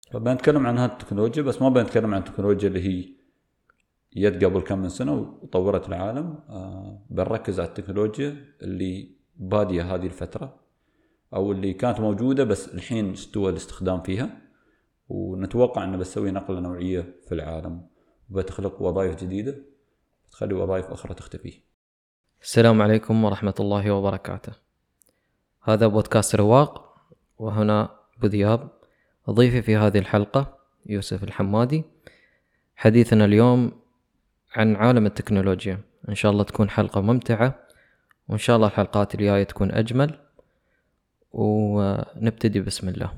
فبنتكلم عن هذه التكنولوجيا، بس ما بنتكلم عن التكنولوجيا اللي هي يد قبل كم من سنة وطورت العالم. بنركز على التكنولوجيا اللي بادية هذه الفترة أو اللي كانت موجودة بس الحين استوى الاستخدام فيها، ونتوقع أنه بتسوي نقلة نوعية في العالم وبتخلق وظائف جديدة تخلي وظائف أخرى تختفي. السلام عليكم ورحمة الله وبركاته. هذا بودكاست رواق، وهنا بذياب. ضيفي في هذه الحلقة يوسف الحمادي. حديثنا اليوم عن عالم التكنولوجيا. إن شاء الله تكون حلقة ممتعة، وإن شاء الله الحلقات الجاية تكون أجمل. ونبتدي بسم الله.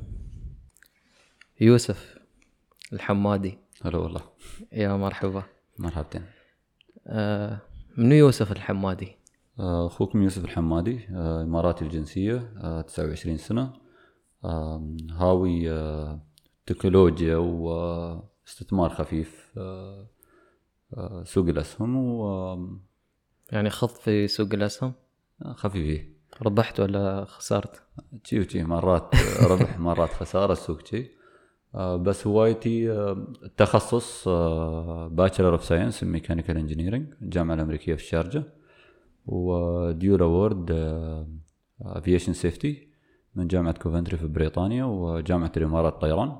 يوسف الحمادي. هلا والله. يا مرحبا. مرحبتين. منو يوسف الحمادي؟ أخوكم يوسف الحمادي، إماراتي الجنسية، 29 سنة، هاوي تكنولوجيا واستثمار خفيف، سوق الأسهم يعني خط في سوق الأسهم؟ خفيف. ربحت ولا خسرت؟ تشي مرات ربح مرات خسارة السوق تشي. بس هوايتي التخصص باتشلر اوف ساينس ميكانيكال انجينيرينج، الجامعة الأمريكية في الشارجة، وديول أورد افيشن سيفتي من جامعة كوفنتري في بريطانيا وجامعة الإمارات طيران.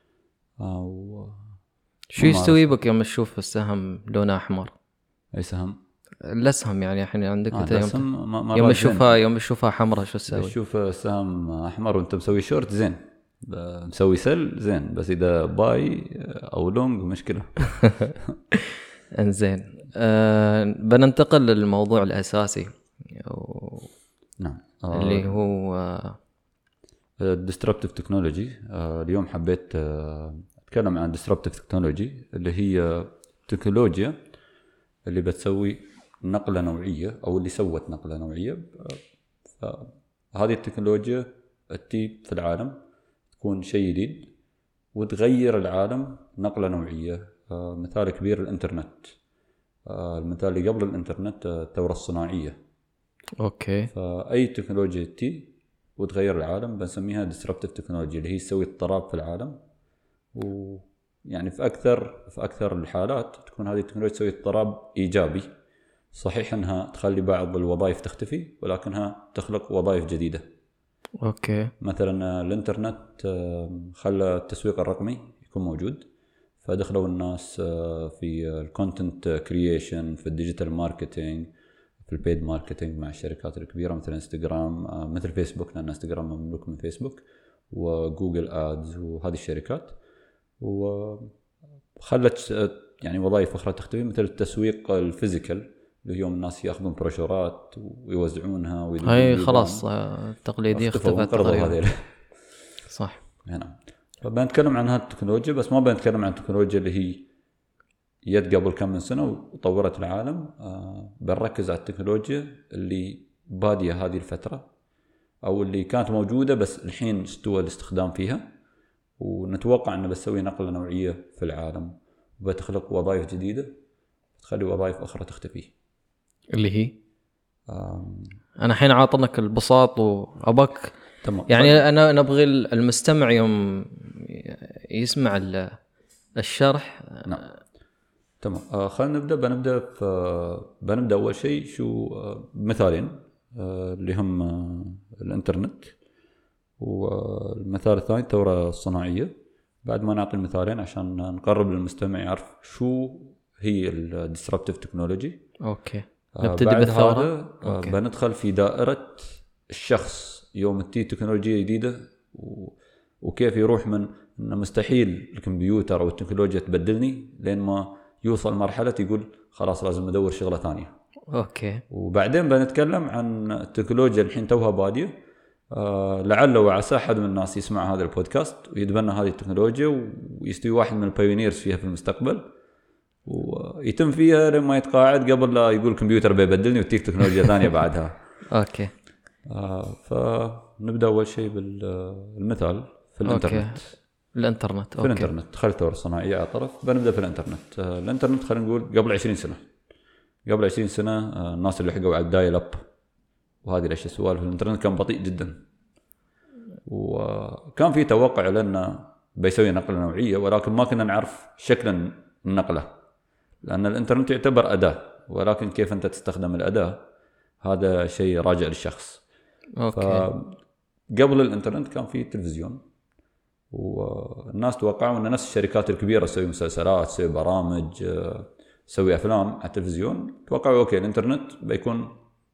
شو يستوي بك يوم تشوف السهم لونه أحمر؟ أي سهم؟ الأسهم يعني الحين عندك انت يوم تشوفها حمراء شو تسوي؟ تشوف السهم أحمر وانت مسوي شورت زين، مسوي سل زين، بس إذا باي أو لونج مشكلة. انزين. بننتقل للموضوع الأساسي نعم، اللي هو disruptive technology. اليوم حبيت أتكلم عن disruptive technology اللي هي تكنولوجيا اللي بتسوي نقلة نوعية أو اللي سوت نقلة نوعية. فهذه التكنولوجيا تجي في العالم تكون شيء جديد وتغير العالم نقلة نوعية. مثال كبير الإنترنت. المثال اللي قبل الإنترنت الثورة الصناعية. أوكي. فأي تكنولوجيا تجي وتغير العالم بنسميها disruptive technology، اللي هي تسوي اضطراب في العالم. ويعني في أكثر الحالات تكون هذه التكنولوجيا تسوي اضطراب إيجابي. صحيح أنها تخلي بعض الوظائف تختفي، ولكنها تخلق وظائف جديدة. أوكي. مثلا الإنترنت خلى التسويق الرقمي يكون موجود، فدخلوا الناس في الكونتنت كرييشن، في الديجيتال ماركتينج، في البيد ماركتينج مع الشركات الكبيرة مثل انستغرام، مثل فيسبوك، لأن انستغرام مملوك من فيسبوك، وجوجل آدز وهذه الشركات. وخلت يعني وظائف أخرى تختفي، مثل التسويق الفيزيكال اللي اليوم الناس يأخذون بروشورات ويوزعونها هاي خلاص التقليدية اختفت تقريبا. صح. نعم. فبنتكلم عن هذه التكنولوجيا، بس ما بنتكلم عن التكنولوجيا اللي هي يد قبل كم من سنة وطورت العالم. بنركز على التكنولوجيا اللي بادية هذه الفترة أو اللي كانت موجودة بس الحين استوى الاستخدام فيها، ونتوقع أنه بتسوي نقلة نوعية في العالم وبتخلق وظائف جديدة تخلي وظائف أخرى تختفي. اللي هي أنا حين عاطنك البساط وأبك تمام. يعني أنا نبغي المستمع يوم يسمع الشرح. نعم. تمام. خلينا بنبدأ أول شيء شو مثالين اللي هم الإنترنت، والمثال الثاني الثورة الصناعية. بعد ما نعطي المثالين عشان نقرب للمستمع يعرف شو هي الديسربتيف تكنولوجي. أوكي. نبتدي بالثورة. بندخل في دائرة الشخص يوم تجي تكنولوجيا جديدة وكيف يروح من إنه مستحيل الكمبيوتر أو التكنولوجيا تبدلني لين ما يوصل مرحلة يقول خلاص لازم أدور شغلة ثانية. أوكي. وبعدين بنتكلم عن التكنولوجيا الحين توها بادية. لعل وعسى أحد من الناس يسمع هذا البودكاست ويتبنى هذه التكنولوجيا ويستوي واحد من البايونيرز فيها في المستقبل، ويتم فيها لما يتقاعد قبل لا يقول الكمبيوتر بيبدلني وتيك تكنولوجيا ثانية بعدها. أوكي. فنبدأ أول شيء بالمثال في الإنترنت. الإنترنت. في الإنترنت خلي الثورة الصناعية على طرف. بنبدأ في الإنترنت. الإنترنت خلينا نقول قبل 20 سنة. قبل 20 سنة الناس اللي حقوا على الدايل أب وهذه الأشياء سوالف الإنترنت كان بطيء جدا، وكان في توقع لأن بيسوي نقلة نوعية، ولكن ما كنا نعرف شكل النقلة، لأن الإنترنت يعتبر أداة، ولكن كيف أنت تستخدم الأداة هذا شيء راجع للشخص. فقبل الإنترنت كان في تلفزيون، والناس توقعوا أن نفس الشركات الكبيرة تسوي مسلسلات، تسوي برامج، تسوي أفلام على التلفزيون. توقعوا أوكي الإنترنت بيكون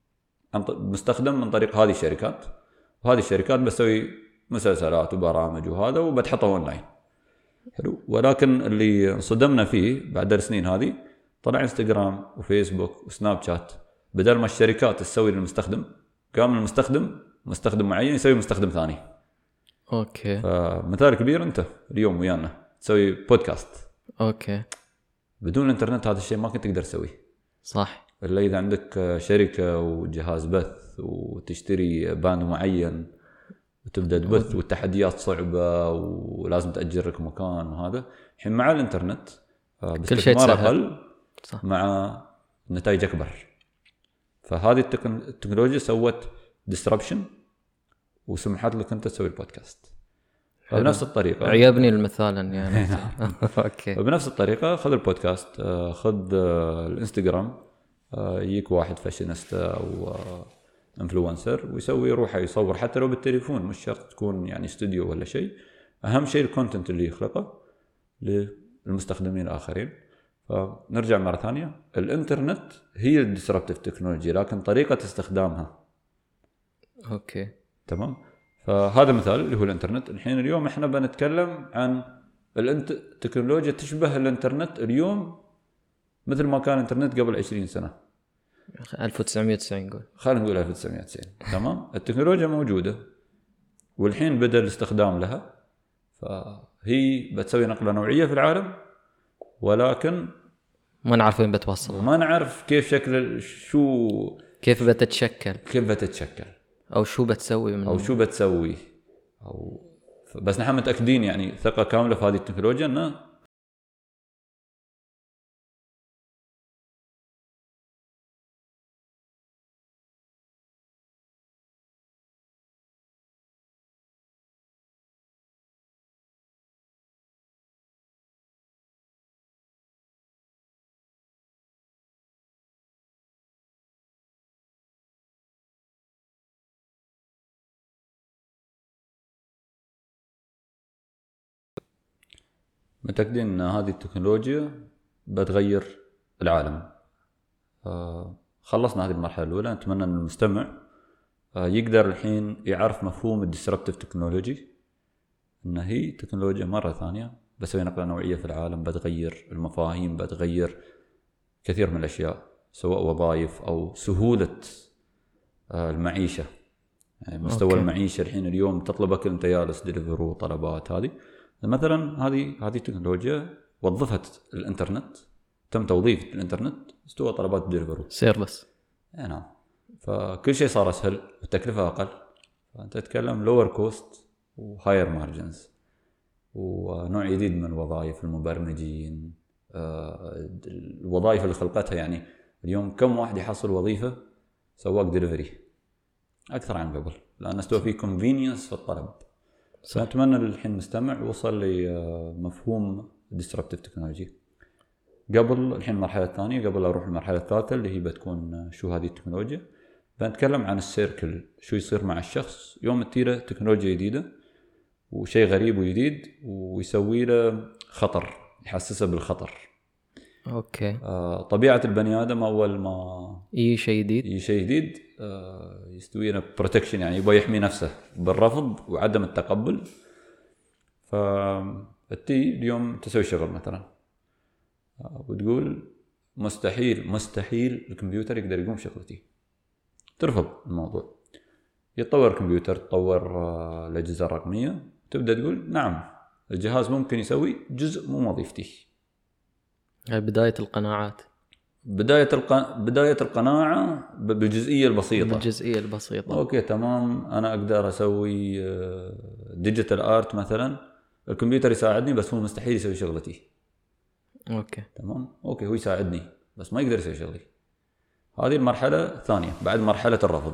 مستخدم من طريق هذه الشركات، وهذه الشركات بتسوي مسلسلات وبرامج وهذا وبتحطه أونلاين. حلو. ولكن اللي انصدمنا فيه بعد السنين هذه، طلع انستغرام وفيسبوك وسناب شات، بدل ما الشركات تسوي للمستخدم، قام المستخدم مستخدم معين يسوي مستخدم ثاني. اوكي. فمثال كبير، انت اليوم ويانا تسوي بودكاست، اوكي، بدون الانترنت هذا الشيء ما كنت تقدر تسويه. صح. الا اذا عندك شركه وجهاز بث وتشتري باند معين وتبدا تبث، والتحديات صعبه ولازم تاجر لك مكان وهذا. الحين مع الانترنت كل شيء اقل، مع نتائج اكبر. فهذه التكنولوجيا سوت ديستربشن وسمحت لك انت تسوي البودكاست. بنفس الطريقه عيبني المثال يعني. اوكي. بنفس الطريقه خذ البودكاست، خذ الانستغرام، يجيك واحد فاشينيستا او انفلونسر ويسوي روحه يصور حتى لو بالتليفون، مش شرط تكون يعني استوديو ولا شيء. اهم شيء الكونتنت اللي يخلقه للمستخدمين الاخرين. فنرجع مره ثانيه، الانترنت هي الديسربتيف تكنولوجي، لكن طريقه استخدامها. اوكي تمام. فهذا مثال اللي هو الانترنت. الحين اليوم احنا بنتكلم عن التكنولوجيا تشبه الانترنت اليوم مثل ما كان الانترنت قبل 20 سنة. 1990 نقول، خلينا نقول 1990. تمام. التكنولوجيا موجودة والحين بدأ الاستخدام لها، فهي بتسوي نقلة نوعية في العالم، ولكن ما نعرف وين بتوصل، ما نعرف كيف شكل كيف بتتشكل أو شو بتسوي بس نحن متأكدين يعني ثقة كاملة في هذه التكنولوجيا أنه متأكدين أن هذه التكنولوجيا بتغير العالم. خلصنا هذه المرحلة الأولى. نتمنى أن المستمع يقدر الحين يعرف مفهوم الديسربتيف تكنولوجي، أن هي تكنولوجيا مرة ثانية بسوي نقلة نوعية في العالم، بتغير المفاهيم، بتغير كثير من الأشياء، سواء وظائف أو سهولة المعيشة. يعني مستوى المعيشة الحين اليوم تطلبك أنت جالس ديليفرو طلبات. هذه مثلا هذه التكنولوجيا وظفت الانترنت، تم توظيف الانترنت، استوى طلبات ديليفرو سيرفس. نعم. فكل شيء صار اسهل والتكلفه اقل، فانت تتكلم لور كوست وهاير مارجنز، ونوع جديد من الوظائف، المبرمجين، الوظائف اللي خلقتها. يعني اليوم كم واحد يحصل وظيفه سواق ديليفري اكثر عن قبل، لان استوى في كونفينينس في الطلب. فأتمنى الحين المستمع وصل لمفهوم disruptive technology. قبل الحين المرحلة الثانية، قبل أروح المرحلة الثالثة اللي هي بتكون شو هذه التكنولوجيا، بنتكلم عن السيركل، شو يصير مع الشخص يوم تجيله تكنولوجيا جديدة وشيء غريب وجديد ويسوي له خطر، يحسسه بالخطر. اوكي. طبيعة البني آدم أول ما شيء جديد يستوي له بروتكشن، يعني يبغى يحمي نفسه بالرفض وعدم التقبل. فالتي اليوم تسوي شغل مثلا وتقول مستحيل الكمبيوتر يقدر يقوم شغلتي، ترفض الموضوع. يتطور الكمبيوتر، تطور الأجهزة الرقمية، تبدأ تقول نعم الجهاز ممكن يسوي جزء من وظيفتي. بداية القناعات، بداية القناعة بالجزئية البسيطة. أوكي تمام، أنا أقدر أسوي ديجيتال آرت مثلا، الكمبيوتر يساعدني بس هو مستحيل يسوي شغلتي. أوكي تمام. أوكي هو يساعدني بس ما يقدر يسوي شغلي. هذه المرحلة الثانية بعد مرحلة الرفض.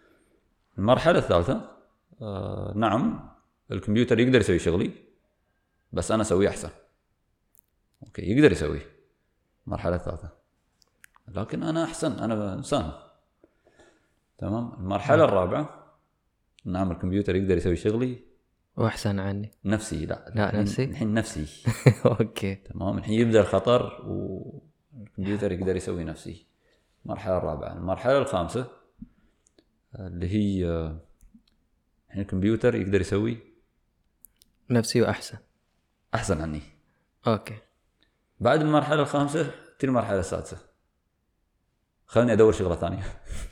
المرحلة الثالثة نعم الكمبيوتر يقدر يسوي شغلي بس انا اسويه احسن. اوكي يقدر يسويه المرحله الثالثه، لكن انا احسن، انا انسان. تمام. المرحله الرابعه نعم الكمبيوتر يقدر يسوي شغلي واحسن عني. نفسي لا نفسي. الحين نفسي. اوكي تمام. الحين يبدا الخطر والكمبيوتر يقدر يسوي نفسي. المرحله الرابعه. المرحله الخامسه اللي هي الحين الكمبيوتر يقدر يسوي نفسي واحسن عني. اوكي. بعد المرحله الخامسه تجي المرحله السادسه، خلني ادور شغله ثانيه.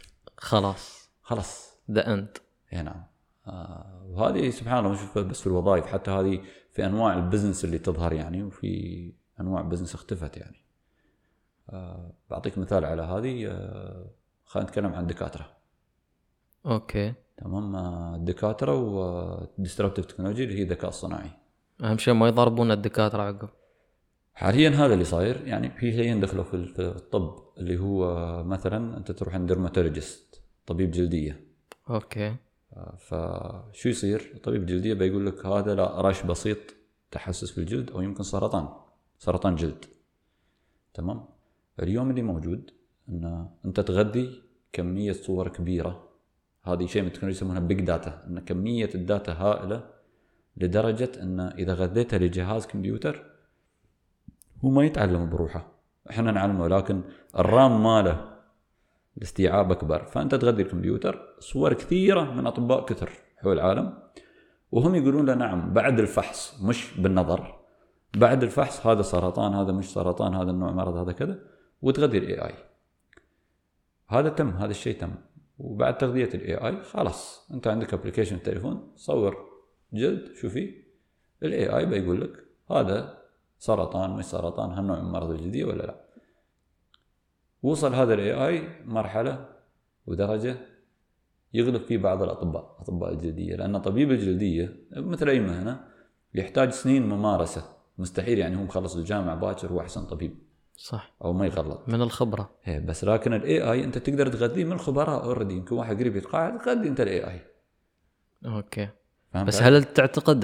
خلاص ذا انت. اي نعم. وهذه سبحان الله مش بس في الوظائف، حتى هذه في انواع البزنس اللي تظهر يعني، وفي انواع بزنس اختفت يعني. بعطيك مثال على هذه. خلينا نتكلم عن الدكاتره. اوكي تمام. الدكاتره والديستربتيف تكنولوجي اللي هي الذكاء الصناعي. اهم شيء ما يضربون الدكاتره عقب. حاليا هذا اللي صاير يعني. في شيئين دخلوا في الطب، اللي هو مثلا انت تروح عند ديرماتولوجيست، طبيب جلديه. اوكي. فشو يصير؟ طبيب جلديه بيقول لك هذا لا رش بسيط تحسس في الجلد، او يمكن سرطان جلد. تمام. اليوم اللي موجود ان انت تغذي كميه صور كبيره. هذه شيء من التكنولوجيا يسمونها بيج داتا، ان كميه الداتا هائله لدرجه ان اذا غذيتها لجهاز كمبيوتر هو ما يتعلم بروحه، احنا نعلمه، لكن الرام ماله الاستيعاب اكبر. فانت تغذي الكمبيوتر صور كثيره من اطباء كثر حول العالم، وهم يقولون له نعم بعد الفحص، مش بالنظر، بعد الفحص هذا سرطان، هذا مش سرطان، هذا النوع مرض، هذا كذا، وتغذي الاي اي. هذا الشيء تم. وبعد تغذيه الاي اي خلاص انت عندك ابلكيشن التليفون، صور جلد شو فيه، الاي اي بيقول لك هذا سرطان مش سرطان، هالنوع من مرض الجلديه ولا لا. وصل هذا الاي اي مرحله ودرجه يغلب فيه بعض اطباء الجلديه، لان طبيب الجلديه مثل اي مهنه يحتاج سنين ممارسه. مستحيل يعني هو مخلص الجامعه باكر هو احسن طبيب، صح، او ما يغلط من الخبره. بس لكن الاي اي انت تقدر تغذيه من الخبراء اوريدي. يمكن واحد قريب يتقاعد تغذي انت الاي اي. اوكي. بس هل تعتقد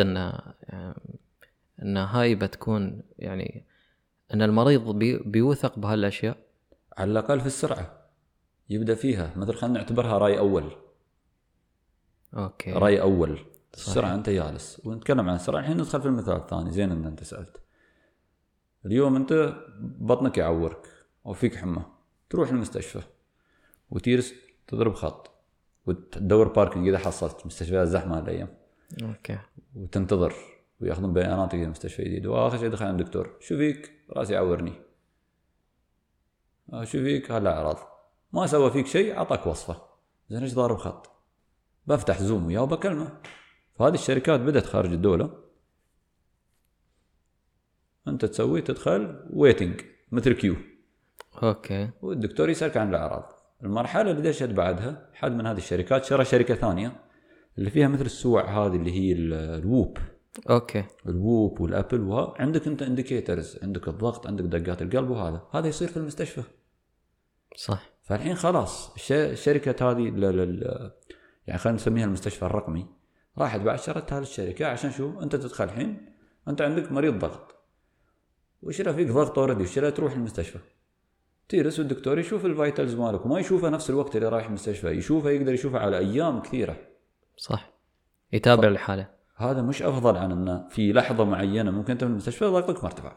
ان هاي بتكون يعني ان المريض بيوثق بهالاشياء؟ على الاقل في السرعه يبدا فيها. مثل خلينا نعتبرها راي اول. اوكي. راي اول. السرعه انت جالس ونتكلم عن السرعه. الحين ندخل في المثال الثاني. زين ان انت سالت. اليوم انت بطنك يعورك او فيك حمى، تروح المستشفى وتيرس تضرب خط وتدور باركنج اذا حصلت. مستشفيات زحمه هالايام. اوكي. وتنتظر وياخذون بياناتك الى مستشفى جديد. واخر شيء دخل عند الدكتور، شو فيك؟ راسي يعورني. شو فيك؟ هلا اعراض. ما سوى فيك شيء، اعطاك وصفه. زين ايش ضارب خط؟ بفتح زوم وياه وبكلمه. فهذه الشركات بدأت خارج الدوله. انت تسوي تدخل ويتنج مثل كيو. اوكي. والدكتور يسألك عن الاعراض. المرحله اللي دشت بعدها حد من هذه الشركات شرى شركه ثانيه اللي فيها مثل السوع هذه اللي هي الووب. اوكي. الووب والابل. وعندك انت انديكيترز، عندك الضغط، عندك دقات القلب، وهذا يصير في المستشفى. صح. فالحين خلاص الشركه هذه يعني خلينا نسميها المستشفى الرقمي، راحت بعد شرت هذه الشركه عشان شو؟ انت تدخل الحين انت عندك مريض ضغط وشرى فيك ضغط اوريدي وشرى، تروح المستشفى تيرس والدكتور يشوف الفايتالز مالك، وما يشوفه نفس الوقت اللي رايح المستشفى، يقدر يشوفه على ايام كثيره. صح. يتابع الحاله. هذا مش افضل عن انه في لحظه معينه ممكن انت من المستشفى ضغطك مرتفع.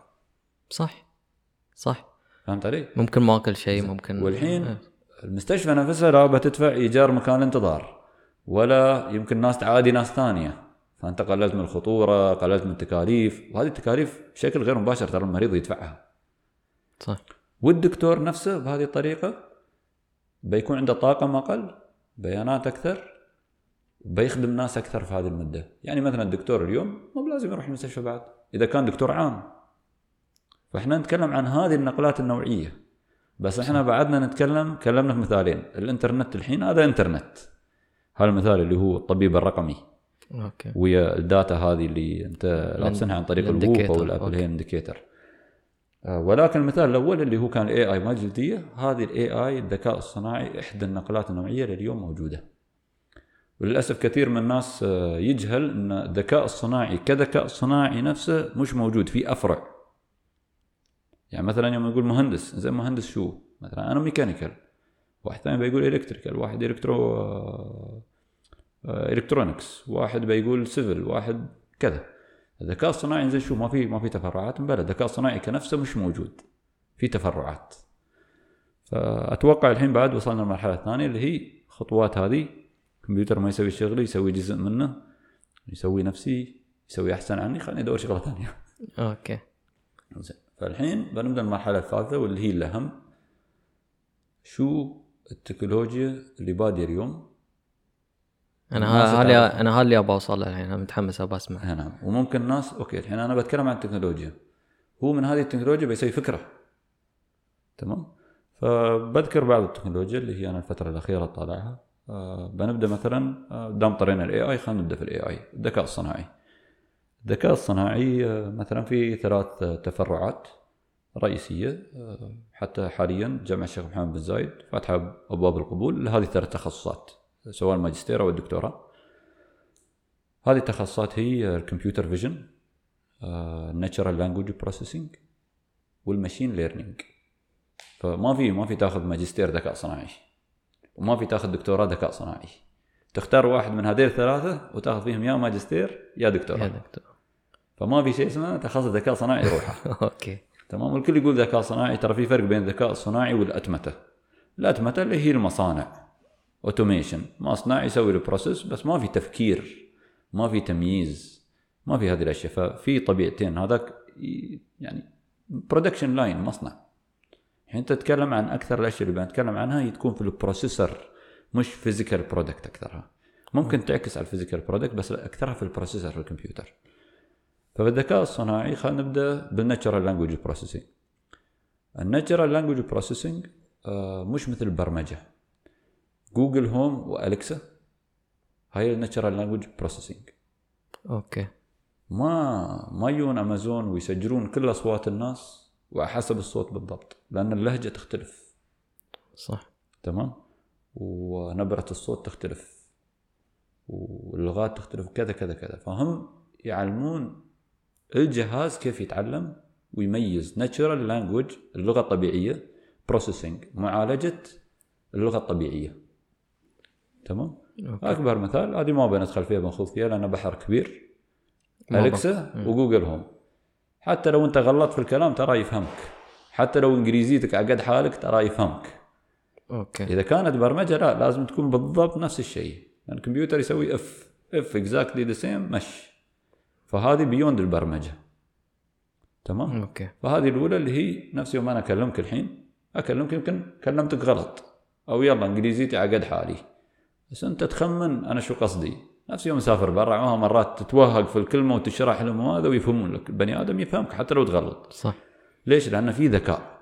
صح. فهمت علي؟ ممكن ما اكل شيء ممكن. والحين المستشفى نفسها لا بتدفع ايجار مكان الانتظار، ولا يمكن ناس تعادي ناس ثانيه. فانت قللت من الخطوره، قللت من التكاليف، وهذه التكاليف بشكل غير مباشر ترى المريض يدفعها. صح. والدكتور نفسه بهذه الطريقه بيكون عنده طاقم اقل، بيانات اكثر، بيخدم ناس اكثر في هذه المده. يعني مثلا الدكتور اليوم مو لازم يروح المستشفى بعد اذا كان دكتور عام. فاحنا نتكلم عن هذه النقلات النوعيه. بس احنا بعدنا كلمنا في مثالين. الانترنت الحين هذا انترنت، هذا المثال اللي هو الطبيب الرقمي. اوكي. ويا الداتا هذه اللي انت لابسنها عن طريق الووب او الابل، هي انديكيتر. ولكن المثال الاول اللي هو كان الاي اي مال الجلديه، هذه الاي اي الذكاء الصناعي احدى النقلات النوعيه لليوم موجوده. وللأسف كثير من الناس يجهل أن الذكاء الصناعي كذكاء صناعي نفسه مش موجود في أفرع. يعني مثلا يوم يقول مهندس، زي مهندس شو؟ مثلا أنا ميكانيكال، واحد ثاني بيقول إلكتريكال، واحد إلكترونكس، واحد بيقول سيفل، واحد كذا. الذكاء الصناعي زي شو؟ ما في تفرعات. بلى الذكاء الصناعي كنفسه مش موجود، في تفرعات. فأتوقع الحين بعد وصلنا للمرحلة الثانية اللي هي خطوات هذه. الكمبيوتر ما يسوي شغلي، يسوي جزء منه، يسوي نفسي، يسوي أحسن عني، خليني أدور شغلة ثانية. اوكي. فالحين بنبدأ المرحلة الثالثة واللي هي الأهم. شو التكنولوجيا اللي بادية اليوم؟ انا هاللي ابغى اوصل له الحين، انا متحمس ابغى اسمع. نعم. وممكن الناس اوكي الحين انا بتكلم عن التكنولوجيا، هو من هذه التكنولوجيا بيسوي فكرة. تمام. فبذكر بعض التكنولوجيا اللي هي انا الفترة الأخيرة طالعها. بنبدأ مثلا دام طرينا الاي اي، خلينا نبدأ في الاي اي، الذكاء الصناعي. الذكاء الصناعي مثلا في 3 تفرعات رئيسية. حتى حاليا جامعة الشيخ محمد بن زايد فاتحة أبواب القبول لهذه 3 تخصصات، سواء الماجستير أو الدكتوراه. هذه التخصصات هي الكمبيوتر فيجن، الناتشرال لانجويج بروسيسنج، والماشين ليرنينج. فما في تاخذ ماجستير ذكاء صناعي، وما في تاخذ دكتوراه ذكاء صناعي. تختار واحد من هذين ال3 وتاخذ فيهم يا ماجستير يا دكتوراه. فما في شيء اسمه تخصص ذكاء صناعي روحه. اوكي تمام. والكل يقول ذكاء صناعي، ترى في فرق بين الذكاء الصناعي والأتمتة. الأتمتة اللي هي المصانع، اوتوميشن، مصنع يسوي البروسيس بس ما في تفكير، ما في تمييز، ما في هذه الاشياء. ففي طبيعتين، هذاك يعني برودكشن لاين، مصنع. الحين تتكلم عن اكثر الاشياء اللي بنتكلم عنها تكون في البروسيسور، مش فيزيكال برودكت. اكثرها ممكن تعكس على الفيزيكال برودكت، بس اكثرها في البروسيسور في الكمبيوتر. فبالذكاء الصناعي خلينا نبدا بالناتشرال لانجويج بروسيسنج. الناتشرال لانجويج بروسيسنج مش مثل البرمجه. جوجل هوم والكسا هاي الناتشرال لانجويج بروسيسنج. اوكي. ما يجون امازون ويسجلون كل اصوات الناس وحسب الصوت بالضبط، لان اللهجه تختلف. صح. تمام. ونبره الصوت تختلف، واللغات تختلف، كذا كذا كذا. فهم يعلمون الجهاز كيف يتعلم ويميز ناتشرال لانجويج، اللغه الطبيعيه، بروسيسنج، معالجه اللغه الطبيعيه. تمام. أوكي. اكبر مثال، هذه ما بندخل فيها بنخوض فيها لانه بحر كبير، أليكسا وجوجل هوم. حتى لو انت غلطت في الكلام ترى يفهمك، حتى لو انجليزيتك عقد حالك ترى يفهمك. اوكي. اذا كانت برمجه لا، لازم تكون بالضبط نفس الشيء، لان الكمبيوتر يسوي اف اكزاكتلي ذا سيم مش. فهذه بيوند البرمجه. تمام. اوكي. فهذه الاولى اللي هي نفس يوم انا اكلمك الحين، اكلمك يمكن كلمتك غلط، او يلا انجليزيتي عقد حالي، بس انت تخمن انا شو قصدي. نفس يوم مسافر برا مرات تتوهق في الكلمه وتشرح لهم هذا ويفهمون لك. البني ادم يفهمك حتى لو تغلط. صح. ليش؟ لانه في ذكاء.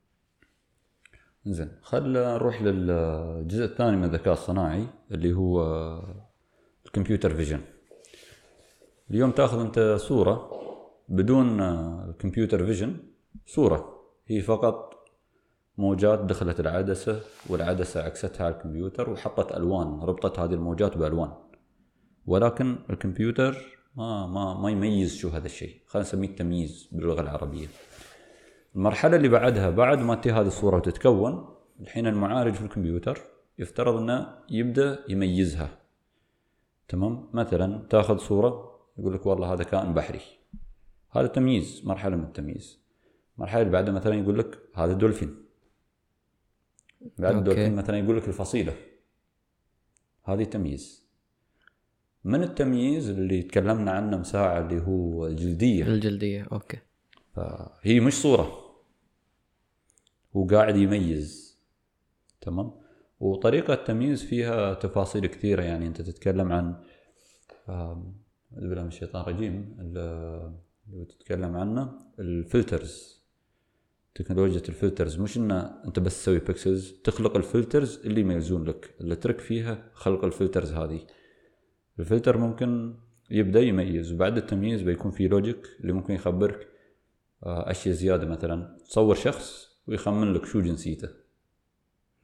زين، خلينا نروح للجزء الثاني من الذكاء الصناعي اللي هو الكمبيوتر فيجن. اليوم تاخذ انت صوره بدون الكمبيوتر فيجن، صوره هي فقط موجات دخلت العدسه، والعدسه عكستها على الكمبيوتر وحطت الوان، ربطت هذه الموجات بالوان. ولكن الكمبيوتر ما يميز شو هذا الشيء. خلينا نسميه التمييز باللغه العربيه. المرحله اللي بعدها، بعد ما تي هذه الصوره وتتكون، الحين المعالج في الكمبيوتر يفترض انه يبدا يميزها. تمام. مثلا تاخذ صوره يقول لك والله هذا كائن بحري، هذا تمييز، مرحله من التمييز. المرحله اللي بعدها مثلا يقول لك هذا دولفين، بعد الدولفين مثلا يقول لك الفصيله، هذه تمييز. من التمييز اللي تكلمنا عنه مساعة اللي هو الجلدية. اوكي. فهي مش صورة، هو قاعد يميز. تمام. وطريقة التمييز فيها تفاصيل كثيرة. يعني انت تتكلم عن بالله من الشيطان الرجيم اللي تتكلم عنه الفلترز، تكنولوجيا الفلترز. مش انه انت بس تسوي بيكسلز، تخلق الفلترز اللي يميزون لك. اللي ترك فيها خلق الفلترز هذه. الفلتر ممكن يبدأ يميز، وبعد التمييز بيكون في لوجيك اللي ممكن يخبرك أشياء زيادة. مثلا تصور شخص ويخمن لك شو جنسيته.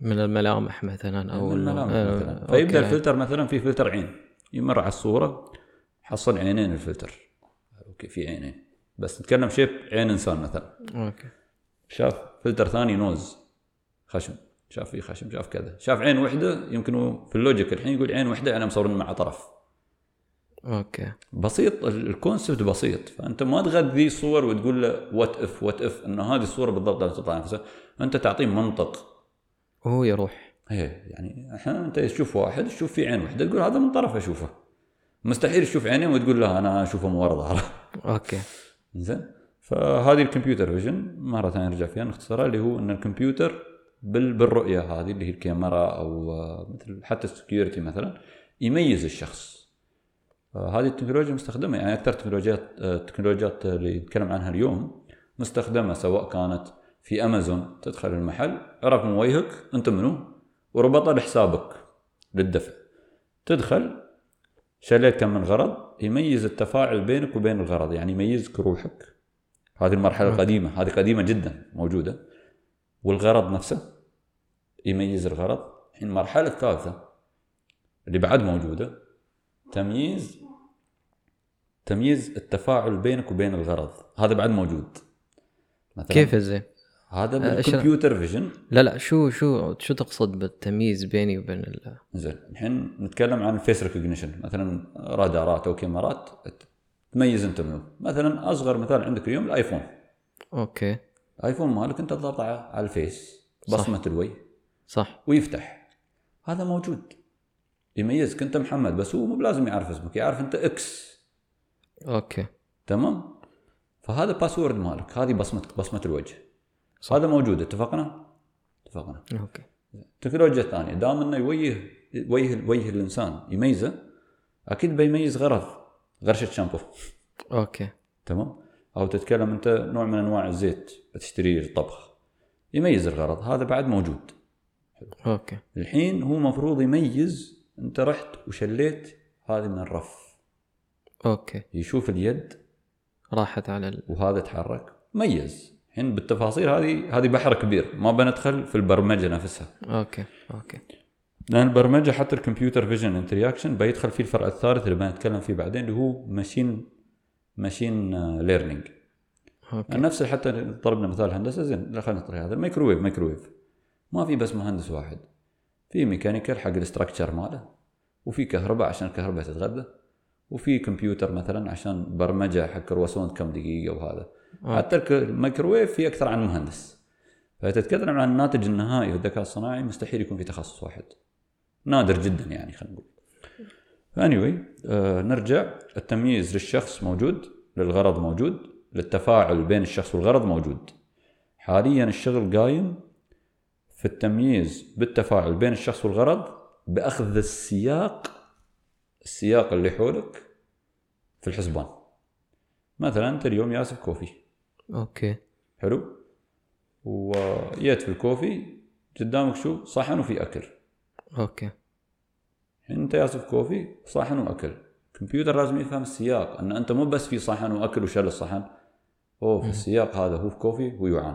من الملامح مثلا او من الملامح مثلا. فيبدا الفلتر مثلا في فلتر عين، يمر على الصوره حصل عينين الفلتر، اوكي في عينين، بس نتكلم شيب عين انسان مثلا. اوكي. شاف فلتر ثاني نوز خشم، شاف فيه خشم، شاف كذا، شاف عين وحده، يمكن في اللوجيك الحين يقول عين وحده انا مصورين مع طرف. اوكي بسيط الكونسبت بسيط. فانت ما تغذي صور وتقول له وات اف ان هذه الصوره بالضبط لا تطلع نفسها، انت تعطيه منطق وهو يروح. ايه يعني احيانا انت تشوف واحد تشوف فيه عين وحده تقول هذا من طرف اشوفه، مستحيل تشوف عينين وتقول له انا اشوفه من ورا ظهره. اوكي زين. فهذه الكمبيوتر فيجن مره ثانيه نرجع فيها نختصرها، اللي هو ان الكمبيوتر بالرؤيه هذه اللي هي الكاميرا او مثل حتى السكيورتي مثلا يميز الشخص. هذه التكنولوجيا مستخدمه، يعني اكثر التكنولوجيات اللي نتكلم عنها اليوم مستخدمه، سواء كانت في امازون تدخل المحل عرف من وجهك انت منو وربطه لحسابك للدفع، تدخل شليت كم من غرض، يميز التفاعل بينك وبين الغرض، يعني يميزك روحك. هذه المرحله القديمه، هذه قديمه جدا موجوده، والغرض نفسه يميز الغرض. الحين المرحله الثالثه اللي بعد موجوده تمييز التفاعل بينك وبين الغرض، هذا بعد موجود. مثلا كيف زين هذا بالكمبيوتر فيجن؟ لا شو تقصد بالتمييز بيني وبين زين الحين نتكلم عن الفيس ريكوجنيشن، مثلا رادارات او كاميرات تميز انت منو. مثلا اصغر مثال عندك اليوم الايفون. اوكي. ايفون مالك انت تضغط على الفيس بصمه الوجه صح ويفتح، هذا موجود يميزك انت محمد، بس هو مو لازم يعرف اسمك، يعرف انت اكس. اوكي تمام. فهذا باسورد مالك، هذه بصمه الوجه. صح. هذا موجود، اتفقنا. اوكي. تكنولوجيا ثانيه دام انه وجه الانسان يميزه، اكيد بيميز غرشه شامبو. اوكي تمام. او تتكلم انت نوع من انواع الزيت بتشتريه للطبخ، يميز الغرض، هذا بعد موجود. اوكي. الحين هو مفروض يميز انت رحت وشليت هذه من الرف. اوكي. يشوف اليد راحت على وهذا تحرك، ميز. الحين بالتفاصيل هذه بحر كبير، ما بندخل في البرمجه نفسها. اوكي. لان البرمجه حتى الكمبيوتر فيجن انت رياكشن بيدخل فيه الفرع الثالث اللي بنتكلم فيه بعدين، اللي هو ماشين ليرنينج. نفس حتى ضربنا مثال هندسه. زين خلينا نطرح هذا الميكروويف ما في بس مهندس واحد، في ميكانيكال حق الاستراكشر ماله، وفي كهرباء عشان الكهرباء تتغذى، وفي كمبيوتر مثلا عشان برمجه حق كرواسون كم دقيقه وهذا. حتى الميكروويف في اكثر عن مهندس. فتتكلم عن الناتج النهائي في الذكاء الصناعي مستحيل يكون في تخصص واحد، نادر جدا يعني خلينا نقول. anyway نرجع. التمييز للشخص موجود، للغرض موجود، للتفاعل بين الشخص والغرض موجود. حاليا الشغل قايم في التمييز بالتفاعل بين الشخص والغرض، بأخذ السياق اللي حولك في الحسبان. مثلا انت اليوم ياسف كوفي، اوكي حلو، ويات في الكوفي قدامك شو صحن وفي اكل. اوكي. انت ياسف كوفي صحن واكل، الكمبيوتر لازم يفهم السياق، ان انت مو بس في صحن واكل وشل الصحن، في السياق هذا هو في كوفي ويعان.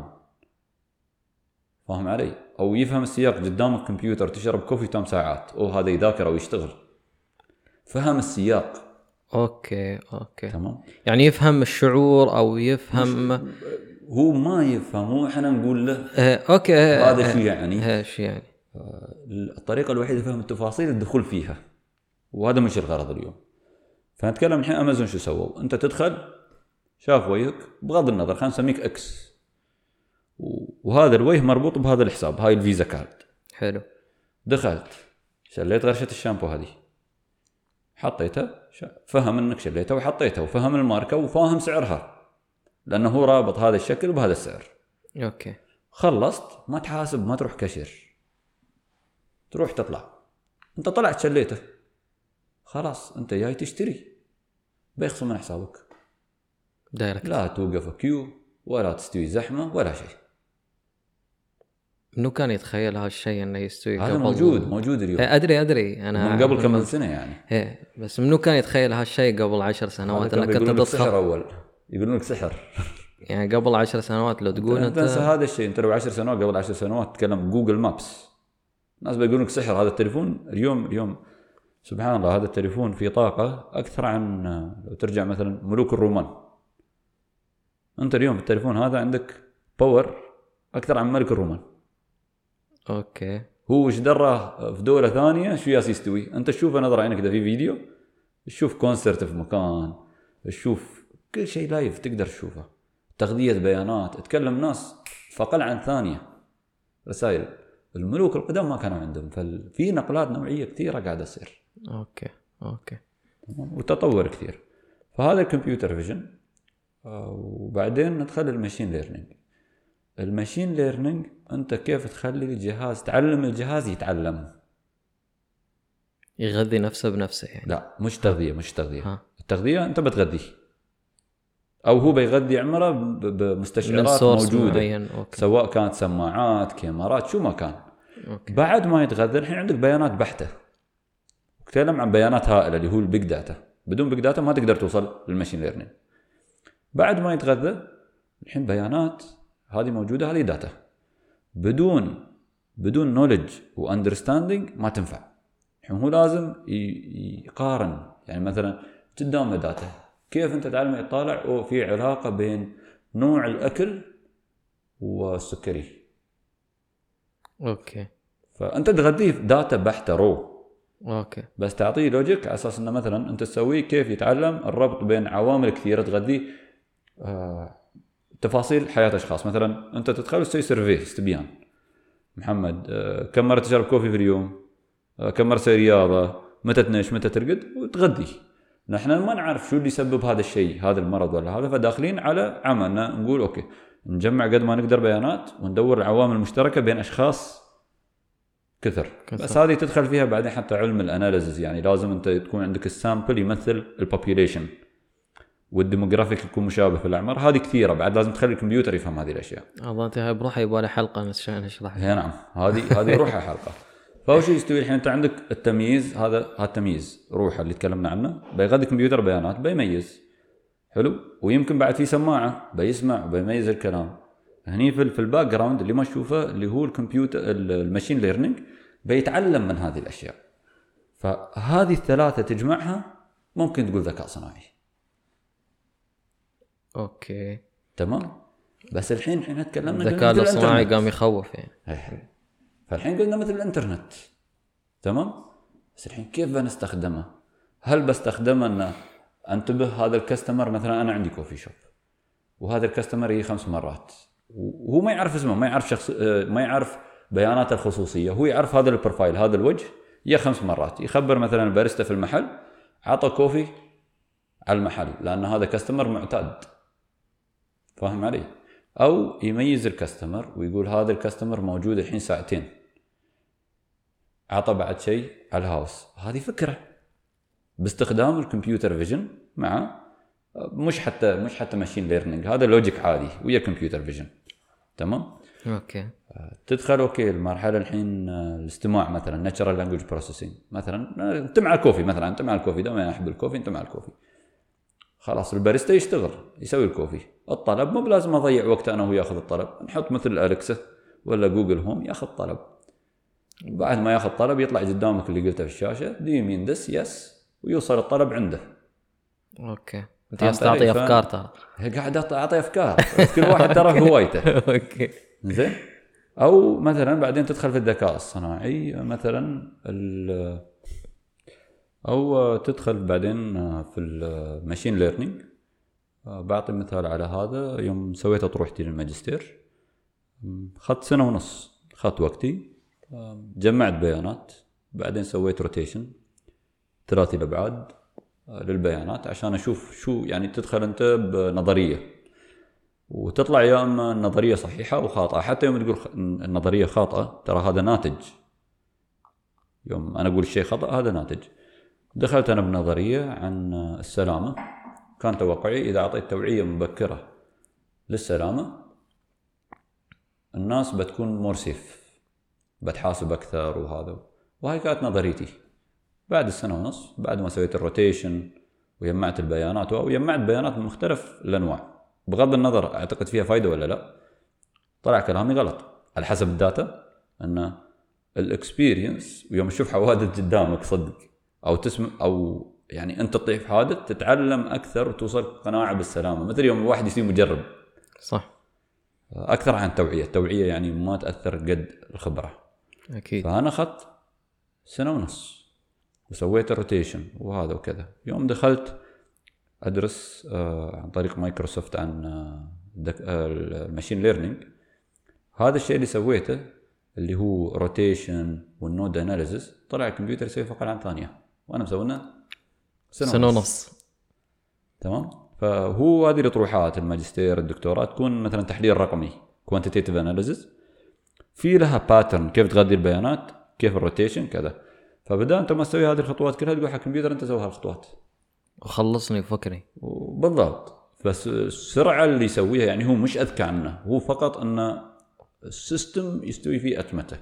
فاهم علي؟ او يفهم السياق قدامك كمبيوتر تشرب كوفي تام ساعات، هذا يذاكر او يشتغل. فهم السياق. اوكي تمام. يعني يفهم الشعور او يفهم هو ما يفهم، هو احنا نقول له اوكي هذا شو يعني. شو يعني؟ الطريقه الوحيده لفهم التفاصيل الدخول فيها، وهذا مش الغرض اليوم. فنتكلم الحين امازون شو سووا. انت تدخل شاف وجهك بغض النظر، خلينا نسميك اكس، وهذا الوجه مربوط بهذا الحساب، هاي الفيزا كارد. حلو. دخلت شليت غرشه الشامبو هذه، حطيتها، فهم انك شليتها وحطيتها، وفهم الماركه وفاهم سعرها، لانه هو رابط هذا الشكل بهذا السعر. اوكي. خلصت ما تحاسب، ما تروح كاشير، تروح تطلع. انت طلعت شليته، خلاص انت جاي تشتري، بيخصم من حسابك دايركت. لا توقف كيو ولا تستوي زحمه ولا شيء. منو كان يتخيل هالشيء انه يستوي هذا قبل؟ موجود اليوم. ادري انا من قبل كم سنه يعني. بس منو كان يتخيل هالشيء قبل 10 سنوات انك انت تدخل سحر اول، يقولون لك سحر. يعني قبل 10 سنوات لو تقول انت تنسى هذا الشيء. انت لو 10 سنوات قبل 10 سنوات تتكلم جوجل مابس الناس بيقولون لك سحر هذا التليفون. اليوم سبحان الله هذا التليفون فيه طاقة أكثر عن، لو ترجع مثلا ملوك الرومان، أنت اليوم في التليفون هذا عندك باور أكثر عن ملك الرومان. اوكي. هو ايش دره في دولة ثانية شو ياس يستوي، أنت تشوفه نظر عينك إذا في فيديو، تشوف كونسرت في مكان، تشوف كل شيء لايف تقدر تشوفه، تغذية بيانات، تكلم ناس فقل عن ثانية، رسائل. الملوك القدام ما كانوا عندهم، ففي نقلات نوعية كثيرة قاعدة تصير. اوكي وتطور كثير. فهذا الكمبيوتر فيجن. وبعدين ندخل الماشين ليرنينج. الماشين ليرنينج انت كيف تخلي الجهاز، تعلم الجهاز يتعلم، يغذي نفسه بنفسه يعني. لا مش تغذية. التغذية انت بتغذيه، او هو بيغذي عمره بمستشعرات موجودة، سواء كانت سماعات، كاميرات، شو ما كان. بعد ما يتغذى الحين عندك بيانات بحتة، نتكلم عن بيانات هائلة اللي هو البيج داتا. بدون بيج داتا ما تقدر توصل للماشين ليرنينج. بعد ما يتغذى الحين بيانات هذه موجودة، هذه داتا. بدون نوليدج واندرستاندينج ما تنفع. الحين هو لازم يقارن، يعني مثلا قدامه داتا، كيف انت تعلم يطالع او في علاقة بين نوع الاكل والسكري. اوكي. فانت تغذيه داتا بحتة رو. اوكي. بس تعطيه لوجيك على اساس انه مثلا انت تسويه كيف يتعلم الربط بين عوامل كثيرة، تغذيه تفاصيل حياة اشخاص. مثلا انت تدخل تسوي سيرفي استبيان، محمد كم مرة تشرب كوفي في اليوم، كم مرة تسوي رياضة، متى تنش، متى ترقد، وتغذيه. نحن ما نعرف شو اللي يسبب هذا الشيء، هذا المرض ولا هذا، فداخلين على عملنا نقول اوكي نجمع قد ما نقدر بيانات وندور العوامل المشتركة بين اشخاص كثر. بس هذه تدخل فيها بعدين حتى علم الاناليزز، يعني لازم انت تكون عندك السامبل يمثل البوبيوليشن، والديموغرافيك يكون مشابه في الاعمار. هذه كثيره، بعد لازم تخلي الكمبيوتر يفهم هذه الاشياء. والله انت هاي بروحها يبغى لها حلقه نشرحها. نعم، هذه روحها حلقه. فهو شو يستوي الحين، انت عندك التمييز، هذا التمييز روحه اللي تكلمنا عنه، بيغذي كمبيوتر بيانات بيميز. حلو. ويمكن بعد في سماعه بيسمع وبيميز الكلام. هني في الباك جراوند اللي ما تشوفه اللي هو الكمبيوتر، الماشين ليرنينج بيتعلم من هذه الاشياء. فهذه الثلاثه تجمعها ممكن تقول ذكاء صناعي. اوكي تمام. بس الحين تكلمنا الذكاء الصناعي قام يخوف يعني. فالحين قلنا مثل الانترنت. تمام. بس الحين كيف بنستخدمه؟ هل بستخدمه ان انتبه هذا الكاستمر، مثلا انا عندي كوفي شوب وهذا الكاستمر يجي 5 مرات وهو ما يعرف اسمه، ما يعرف شخص، ما يعرف بيانات الخصوصيه، هو يعرف هذا البروفايل، هذا الوجه، يا 5 مرات يخبر مثلا الباريستا في المحل عطى كوفي على المحل لان هذا كاستمر معتاد. فاهم علي؟ او يميز الكاستمر ويقول هذا الكاستمر موجود الحين 2 ساعة، عطى بعد شيء على الهاوس. هذه فكره باستخدام الكمبيوتر فيجن مع مش حتى ماشين ليرنينج، هذا لوجيك عادي ويا كمبيوتر فيجن. تمام. اوكي. تدخل اوكي المرحله الحين الاستماع، مثلا ناتشرال لانجويج بروسيسنج، مثلا انت مع الكوفي، مثلا انت مع الكوفي ده ما احب الكوفي، انت مع الكوفي، خلاص الباريستا يشتغل يسوي الكوفي. الطلب مو بلازم اضيع وقت انا وهو ياخذ الطلب، نحط مثل اليكسا ولا جوجل هوم ياخذ طلب. بعد ما ياخذ طلب يطلع قدامك اللي قلته في الشاشه، دو يو مين ذس يس، ويوصل الطلب عنده. اوكي. انت تعطي افكار، ترى قاعد اعطي افكار كل واحد ترى هوايته. اوكي زين. او مثلا بعدين تدخل في الذكاء الصناعي مثلا او تدخل بعدين في الماشين ليرنينج. بعطي مثال على هذا، يوم سويت اطروحتي للماجستير خدت 1.5 سنة، خدت وقتي، جمعت بيانات، بعدين سويت روتيشن 3 الابعاد للبيانات عشان اشوف شو يعني. تدخل انت بنظريه وتطلع يا اما النظريه صحيحه او خاطئه. حتى يوم تقول النظريه خاطئه ترى هذا ناتج، يوم انا اقول الشيء خطا هذا ناتج. دخلت انا بنظريه عن السلامه، كان توقعي اذا اعطيت توعيه مبكره للسلامه الناس بتكون مور سيف، بتحاسب اكثر وهاي كانت نظريتي. بعد 1.5 سنة بعد ما سويت الروتيشن وجمعت البيانات وجمعت بيانات من مختلف الانواع، بغض النظر اعتقد فيها فايده ولا لا، طلع كلامي غلط على حسب الداتا. ان الاكسبيرينس ويوم تشوف حوادث قدامك صدق او تسمع او يعني انت تطيح في حادث تتعلم اكثر وتوصل قناعه بالسلامه. مثل يوم الواحد يصير مجرب صح اكثر عن التوعيه يعني ما تاثر قد الخبره اكيد. فانا اخذت 1.5 سنة وسويت الروتيشن وهذا وكذا. يوم دخلت ادرس عن طريق مايكروسوفت عن الماشين ليرنينج. هذا الشيء اللي سويته اللي هو روتيشن والنود اناليسيس طلع الكمبيوتر يسوي فقط عن ثانيه وانا مسوينا 1.5 سنة. تمام. فهو هذه الاطروحات الماجستير الدكتوراه تكون مثلا تحليل رقمي كوانتيتيف اناليسيس في لها باترن كيف تغذي البيانات كيف الروتيشن كذا. فبدأ انت ما تسوي هذه الخطوات كلها تقول حق الكمبيوتر انت سوي هالخطوات وخلصني فكري بالضبط. بس السرعه اللي يسويها يعني هو مش اذكى عنه هو فقط ان السيستم يستوي فيه اتمته.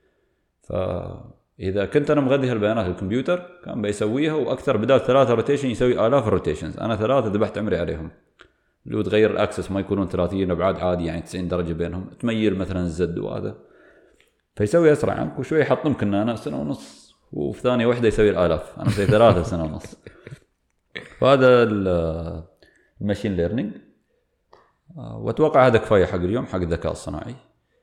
فاذا كنت انا مغذي هالبيانات الكمبيوتر كان بيسويها واكثر. بدال 3 روتيشن يسوي آلاف الروتيشنز. انا 3 ذبحت عمري عليهم. اللي هو تغير الاكسس ما يكونون ثلاثيين ابعاد عادي يعني 90 درجه بينهم تميل مثلا الزد وهذا فيسوي اسرع عنك وشوي يحط ممكن انا 1.5 سنة وفي ثانيه واحده يسوي الالاف انا مسوي 3 سنة ونص. فهذا الماشين ليرنينج واتوقع هذا كفايه حق اليوم حق الذكاء الصناعي.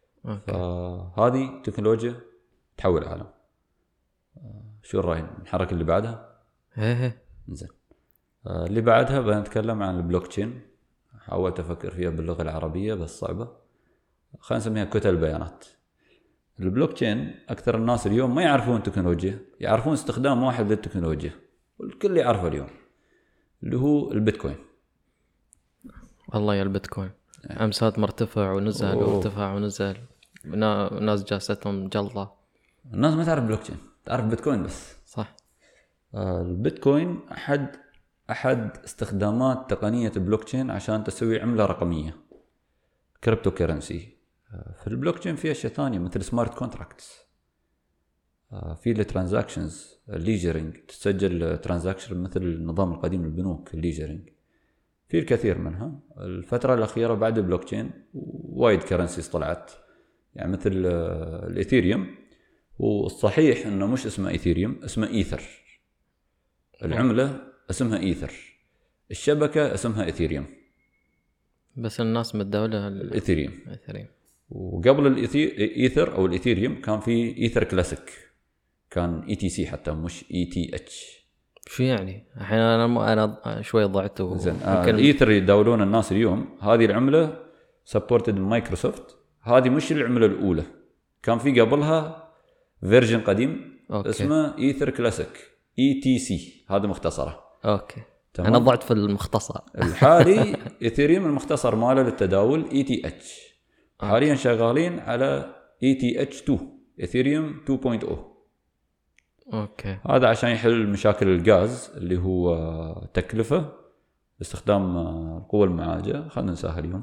فهذه تكنولوجيا تحول العالم. شو الرأي نحرك اللي بعدها؟ زين. اللي بعدها بنتكلم عن البلوك تشين. حاولت افكر فيها باللغه العربيه بس صعبه. خلينا نسميها كتل البيانات. البلوك تشين اكثر الناس اليوم ما يعرفون تكنولوجيا يعرفون استخدام واحد للتكنولوجيا والكل يعرفه اليوم اللي هو البيتكوين. والله يا البيتكوين امسات مرتفع ونزل وارتفع ونزل. ناس جاستهم جلطه. الناس ما تعرف بلوك تشين تعرف بيتكوين بس. صح. البيتكوين احد استخدامات تقنيه البلوك تشين عشان تسوي عمله رقميه كريبتو كيرنسي. في البلوك تشين في اشياء ثانيه مثل سمارت كونتراكتس. في الترانزاكشنز الليجرينج تسجل ترانزاكشن مثل النظام القديم البنوك الليجرينج. في الكثير منها. الفتره الاخيره بعد البلوك تشين وايد كرنسيز طلعت يعني مثل الايثيريوم. والصحيح انه مش اسمه ايثيريوم اسمه ايثر. العمله اسمها ايثر الشبكه اسمها ايثيريوم بس الناس متداوله الايثيريوم. وقبل الايثر او الايثيريوم كان في ايثر كلاسيك كان اي تي سي حتى مش اي تي اتش. شو يعني الحين انا شوي ضعت الايثر يداولون الناس اليوم. هذه العمله سبورتد مايكروسوفت. هذه مش العمله الاولى كان في قبلها فيرجن قديم اسمه ايثر كلاسيك اي تي سي هذا مختصره. اوكي تمام. انا ضعت في المختصر. الحالي ايثيريوم المختصر ماله للتداول اي تي اتش. حاليا شغالين على اي تي اتش 2 ايثيريوم 2.0. اوكي. هذا عشان يحل مشاكل الغاز اللي هو تكلفه استخدام القوه المعالجه خلينا ننساها اليوم.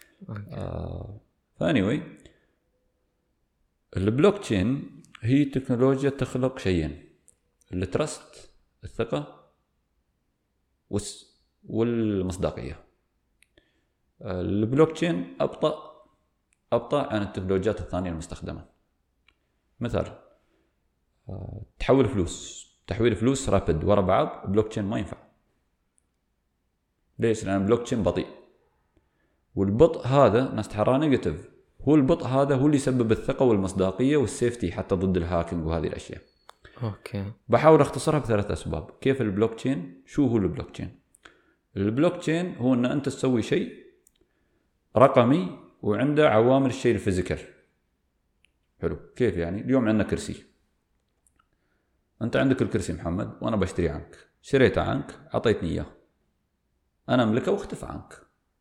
فانيوي البلوك تشين هي تكنولوجيا تخلق شيئين الترست الثقه والمصداقيه. البلوك تشين ابطا عن التكنولوجيات الثانيه المستخدمه. مثال تحويل فلوس رابد ورا بعض بلوك تشين ما ينفع. ليش؟ لان بلوك تشين بطيء والبطء هذا ناس تحرى نيجاتيف. هو البطء هذا هو اللي يسبب الثقه والمصداقيه والسيفتي حتى ضد الهاكينج وهذه الاشياء. اوكي. بحاول اختصرها ب3 اسباب. كيف البلوك تشين؟ شو هو البلوك تشين؟ البلوك تشين هو ان انت تسوي شيء رقمي وعنده عوامل الشيء الفيزيكال. حلو. كيف يعني؟ اليوم عندنا كرسي. انت عندك الكرسي محمد وانا بشتري عنك. شريته عنك عطيتني اياه انا املكه واختفى عنك.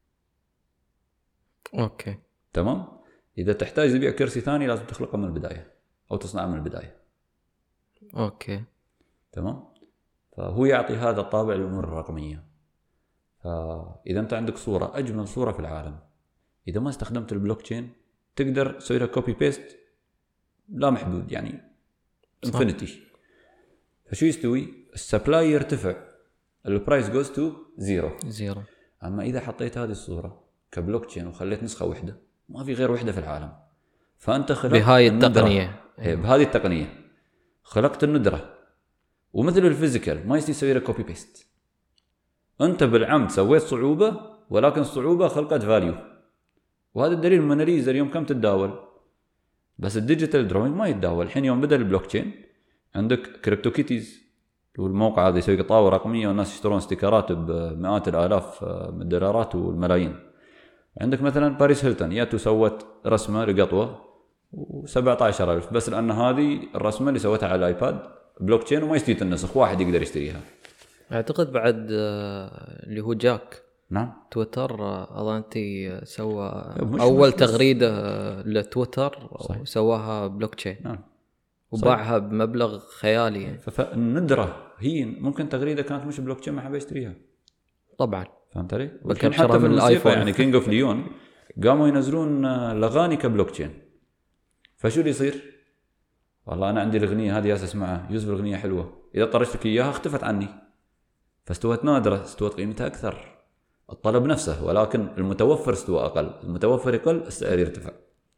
اوكي تمام. اذا تحتاج تبيع كرسي ثاني لازم تخلقه من البدايه او تصنعه من البدايه. اوكي تمام. فهو يعطي هذا الطابع للامور الرقميه. فاذا انت عندك صوره اجمل صوره في العالم اذا ما استخدمت البلوك تشين تقدر تسوي لها كوبي بيست لا محدود يعني انفينيتي. فشو يستوي؟ السبلاي يرتفع البرايس جوز تو زيرو. اما اذا حطيت هذه الصوره كبلوك تشين وخليت نسخه واحده ما في غير وحده في العالم فانت خلقت بهاي التقنيه بهذه التقنيه خلقت الندره، ومثل الفيزيكال ما يصير يسوي له كوبي بيست. انت بالعمد سويت صعوبه، ولكن الصعوبه خلقت فاليو، وهذا الدليل الموناليزا اليوم كم تتداول. بس الديجيتال دروينج ما يتداول. الحين يوم بدا البلوك تشين عندك كريبتو كيتيز، والموقع هذا يسوي قطاوه رقميه والناس يشترون استيكرات بمئات الالاف من الدولارات والملايين. عندك مثلا باريس هيلتون ياتو سوت رسمه لقطوه و17,000 بس، لان هذه الرسمه اللي سوتها على الايباد بلوك تشين وما يستطيع النسخ، واحد يقدر يشتريها. اعتقد بعد اللي هو جاك نعم تويتر اظنتي سوى اول تغريده لتويتر وسواها بلوك تشين. نعم. وباعها بمبلغ خيالي يعني. فالندره هي ممكن تغريده كانت مش بلوك تشين ما حب يشتريها طبعا. فهمت علي؟ حتى في الايفون يعني كينج اوف ليون قاموا ينزلون الاغاني كبلوك تشين. فشو اللي يصير؟ والله انا عندي الاغنيه هذه جالس اسمعها، يوسف الاغنيه حلوه، اذا طرشت لك اياها اختفت عني، فاستوت نادره، استوت قيمتها اكثر، الطلب نفسه ولكن المتوفر استوى اقل، المتوفر يقل السعر يرتفع.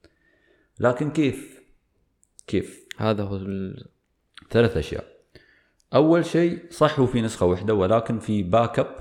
لكن كيف هذا هو 3 اشياء. اول شيء صح هو في نسخه واحده، ولكن في باك اب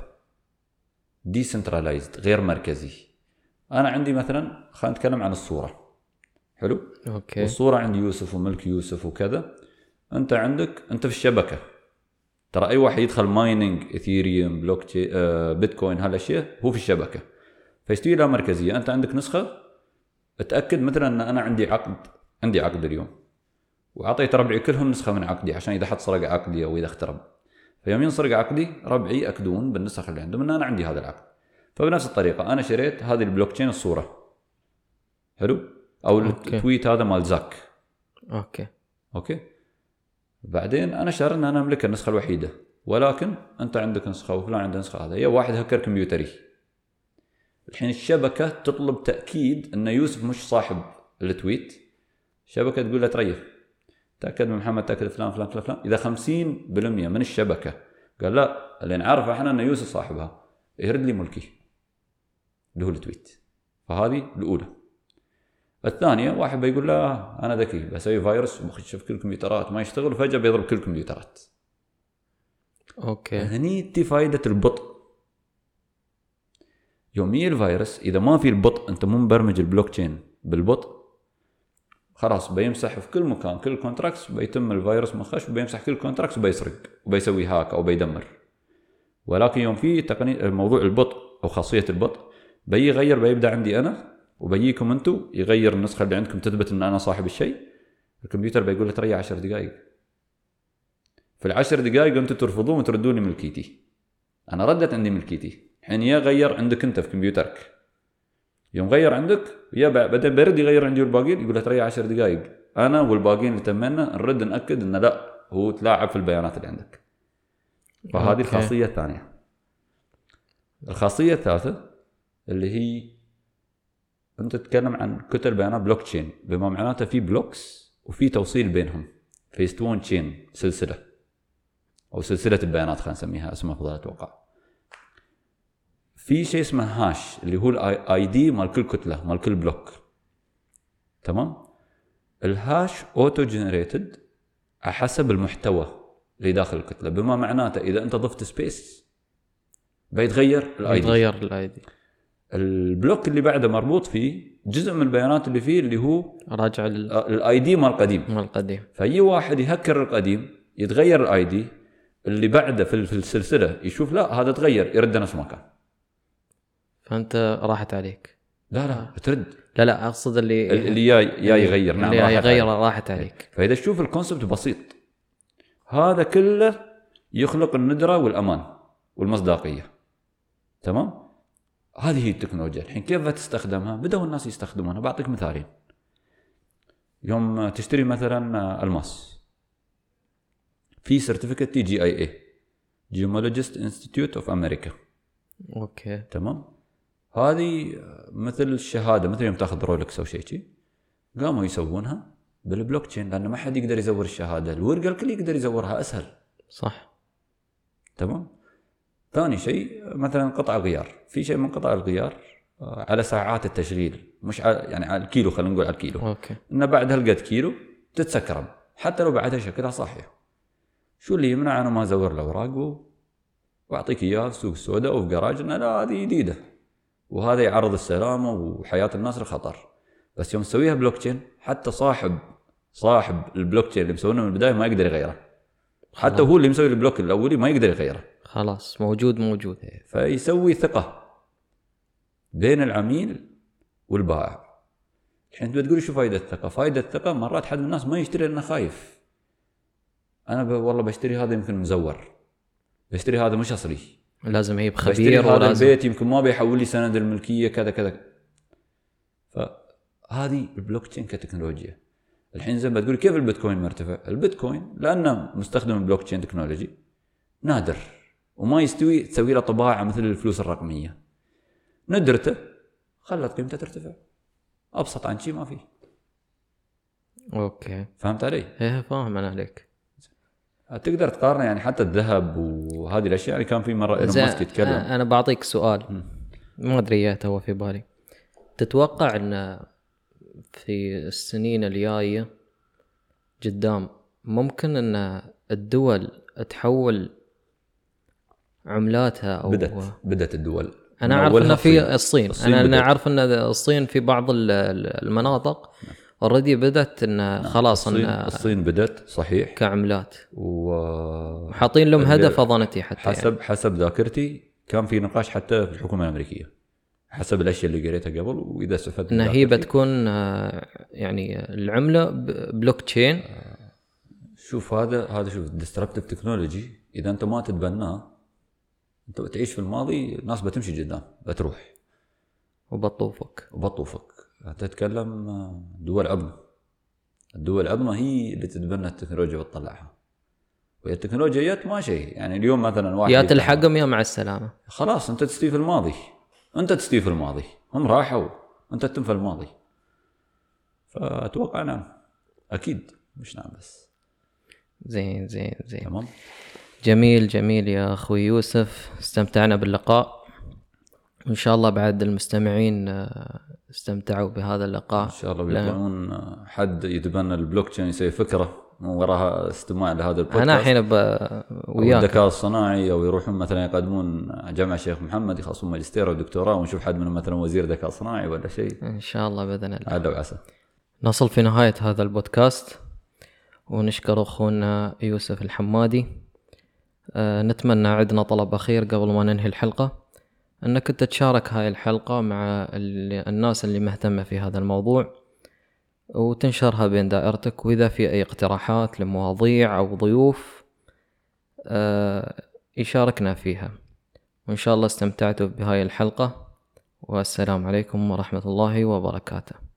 ديسنترلايزد غير مركزي. انا عندي مثلا خلينا نتكلم عن الصوره. حلو. اوكي. والصوره عند يوسف وملك يوسف وكذا. انت عندك انت في الشبكه، ترى اي واحد يدخل مايننج اثيريوم بلوك بيتكوين هالاشياء هو في الشبكه، فيستوي لها مركزيه. انت عندك نسخه، اتاكد مثلا ان انا عندي عقد اليوم، وعطيت ربعي كلهم نسخه من عقدي عشان اذا حد سرق عقدي او اذا اخترب، فيوم ينسرق عقدي ربعي اكدون بالنسخ اللي عندهم ان انا عندي هذا العقد. فبنفس الطريقه انا شريت هذه البلوك تشين الصوره. حلو. او التويت هذا مال زاك. اوكي. بعدين انا شعر ان انا املك النسخه الوحيده، ولكن انت عندك نسخه وفلان عنده نسخه، هذا هي واحد هكر كمبيوتري. الحين الشبكه تطلب تاكيد ان يوسف مش صاحب التويت. الشبكه تقول له تريح، تاكد من محمد، تاكد فلان فلان فلان فلان. اذا 50% من الشبكه قال لا اللي نعرف احنا ان يوسف صاحبها، يرد لي ملكي اللي هو التويت. فهذه الاولى. الثانيه واحد بيقول لا انا ذكي بسوي فيروس وبخش في كل الكمبيوترات ما يشتغل، وفجاه بيضرب كل الكمبيوترات. اوكي. هني دي فائده البطء. يوميا الفيروس اذا ما في البطء، انت مو مبرمج البلوك تشين بالبطء، خلاص بيمسح في كل مكان كل الكونتراكتس، بيتم الفيروس مخش وبيمسح كل الكونتراكتس وبيسرق وبيسوي هاك او بيدمر. ولكن يوم في تقنيه موضوع البطء او خاصيه البطء، بيغير بيبدا عندي انا وبيجيكم انتم، يغير النسخه اللي عندكم تثبت ان انا صاحب الشيء. الكمبيوتر بيقول لك تريح 10 دقائق. في ال10 دقائق انتم ترفضون وتردون لي ملكيتي. انا ردت عندي ملكيتي. الحين يا غير عندك انت في كمبيوترك، يوم غير عندك يا بدا برد يغير عندي والباقيين، يقول لك تريح 10 دقائق. انا والباقيين اللي تمنا نرد ناكد ان لا هو تلاعب في البيانات اللي عندك. فهذه الخاصيه الثانيه. الخاصيه الثالثه اللي هي انت تتكلم عن كتل بيانات بلوك تشين، بما معناته في بلوكس وفي توصيل بينهم، فيستوون تشين سلسله او سلسله البيانات، خلينا نسميها اسمها افضل اتوقع. في شيء اسمه هاش اللي هو الاي دي مال كل كتله مال كل بلوك. تمام. الهاش اوتو جنريتد على حسب المحتوى اللي داخل الكتله، بما معناته اذا انت ضفت سبيس بيتغير الاي دي. البلوك اللي بعده مربوط فيه جزء من البيانات اللي فيه اللي هو راجع الاي دي مال القديم. فاي واحد يهكر القديم يتغير الاي دي، اللي بعده في السلسله يشوف لا هذا تغير، يرد نفس مكان. فانت راحت عليك. لا ترد. لا اقصد اللي يغير. نعم اللي يغير راحت عليك. فاذا تشوف الكونسبت بسيط، هذا كله يخلق الندره والامان والمصداقيه. تمام. هذه هي التكنولوجيا. الحين كيف تستخدمها؟ بدأوا الناس يستخدمونها. بعطيك مثالين. يوم تشتري مثلا الماس، في سيرتيفيكت GIA Geologist Institute of America. اوكي. تمام. هذه مثل الشهاده، مثل يوم تاخذ رولكس او شيء، قاموا يسوونها بالبلوك تشين، لان ما حد يقدر يزور الشهاده، الورقه الكل يقدر يزورها اسهل. صح. تمام. ثاني شيء مثلا قطع غيار، في شيء من قطع الغيار على ساعات التشغيل، مش يعني على الكيلو، خلينا نقول على الكيلو. اوكي. انه بعد هالقد كيلو تتسكرم حتى لو بعدها شكلها صحيح. شو اللي يمنع أنا ما أزور الأوراق وأعطيك إياها في السوق السوداء وفي جراج؟ لا هذه جديدة وهذا يعرض السلامة وحياة الناس للخطر. بس يوم تسويها بلوكتشين حتى صاحب البلوكتشين اللي مسوينه من البداية ما يقدر يغيره، حتى هو اللي مسوي البلوك الأولي ما يقدر يغيره، خلاص موجود. فيسوي ثقة بين العميل والبائع. الحين بتقولي شو فايدة الثقة؟ فايدة الثقة مرات حد من الناس ما يشتري لأنه خايف. أنا والله بشتري هذا يمكن مزور، بشتري هذا مش أصلي، لازم هي بشتري بخبير، هذا ولازم البيت يمكن ما بيحول لي سند الملكية كذا كذا. فهذه البلوكتشين كتكنولوجيا. الحين زي ما تقول كيف البيتكوين مرتفع؟ البيتكوين لأنه مستخدم البلوكتشين تكنولوجي نادر وما يستوي تسوي له طباعة مثل الفلوس الرقمية، ندرته خلت قيمته ترتفع. أبسط عن شيء ما فيه. اوكي فهمت علي؟ ايه فاهم انا عليك. تقدر تقارن يعني حتى الذهب وهذه الأشياء. يعني كان في مرة إيلون ماسك يتكلم. انا بعطيك سؤال ما ادري اياه تو في بالي. تتوقع ان في السنين الجاية قدام ممكن ان الدول تحول عملاتها او بدت الدول؟ انا اعرف ان في الصين انا اعرف ان الصين في بعض المناطق اوريدي بدت ان خلاص ان الصين بدت صحيح كعملات وحاطين لهم هدف اظنتي حتى حسب ذاكرتي كان في نقاش حتى في الحكومة الأمريكية حسب الأشياء اللي قريتها قبل. وإذا استفدت إن هي بتكون يعني العملة بلوك تشين. شوف هذا شوف disruptive تكنولوجي. إذا أنت ما تتبناه أنت بتعيش في الماضي. الناس بتمشي قدام بتروح وبطوفك. تتكلم دول عظمى. الدول العظمى هي اللي تتبنى التكنولوجيا وتطلعها. وهي التكنولوجيا جت ما شيء يعني اليوم مثلا واحد يا تلحقهم يا مع السلامة. خلاص أنت تستوي في الماضي. هم راحوا أنت تنفى الماضي. فأتوقع نعم أكيد مش نعم بس. زين تمام. جميل يا أخوي يوسف. استمتعنا باللقاء إن شاء الله بعد المستمعين استمتعوا بهذا اللقاء. إن شاء الله بيكون حد يتبنى البلوكتشين يسوي فكرة من وراها استماع لهذا البودكاست. أنا الحين وياك الذكاء الصناعي أو يروحون مثلا يقدمون جامعة الشيخ محمد يخلصون ماجستير أو دكتوراه ونشوف حد منهم مثلا وزير ذكاء صناعي ولا شيء إن شاء الله بإذن الله. عاد وعسى. نصل في نهاية هذا البودكاست ونشكر أخونا يوسف الحمادي. نتمنى عندنا طلب أخير قبل ما ننهي الحلقة أنك تتشارك هاي الحلقة مع الناس اللي مهتمة في هذا الموضوع وتنشرها بين دائرتك. وإذا في أي اقتراحات لمواضيع أو ضيوف يشاركنا فيها. وإن شاء الله استمتعتوا بهاي الحلقة والسلام عليكم ورحمة الله وبركاته.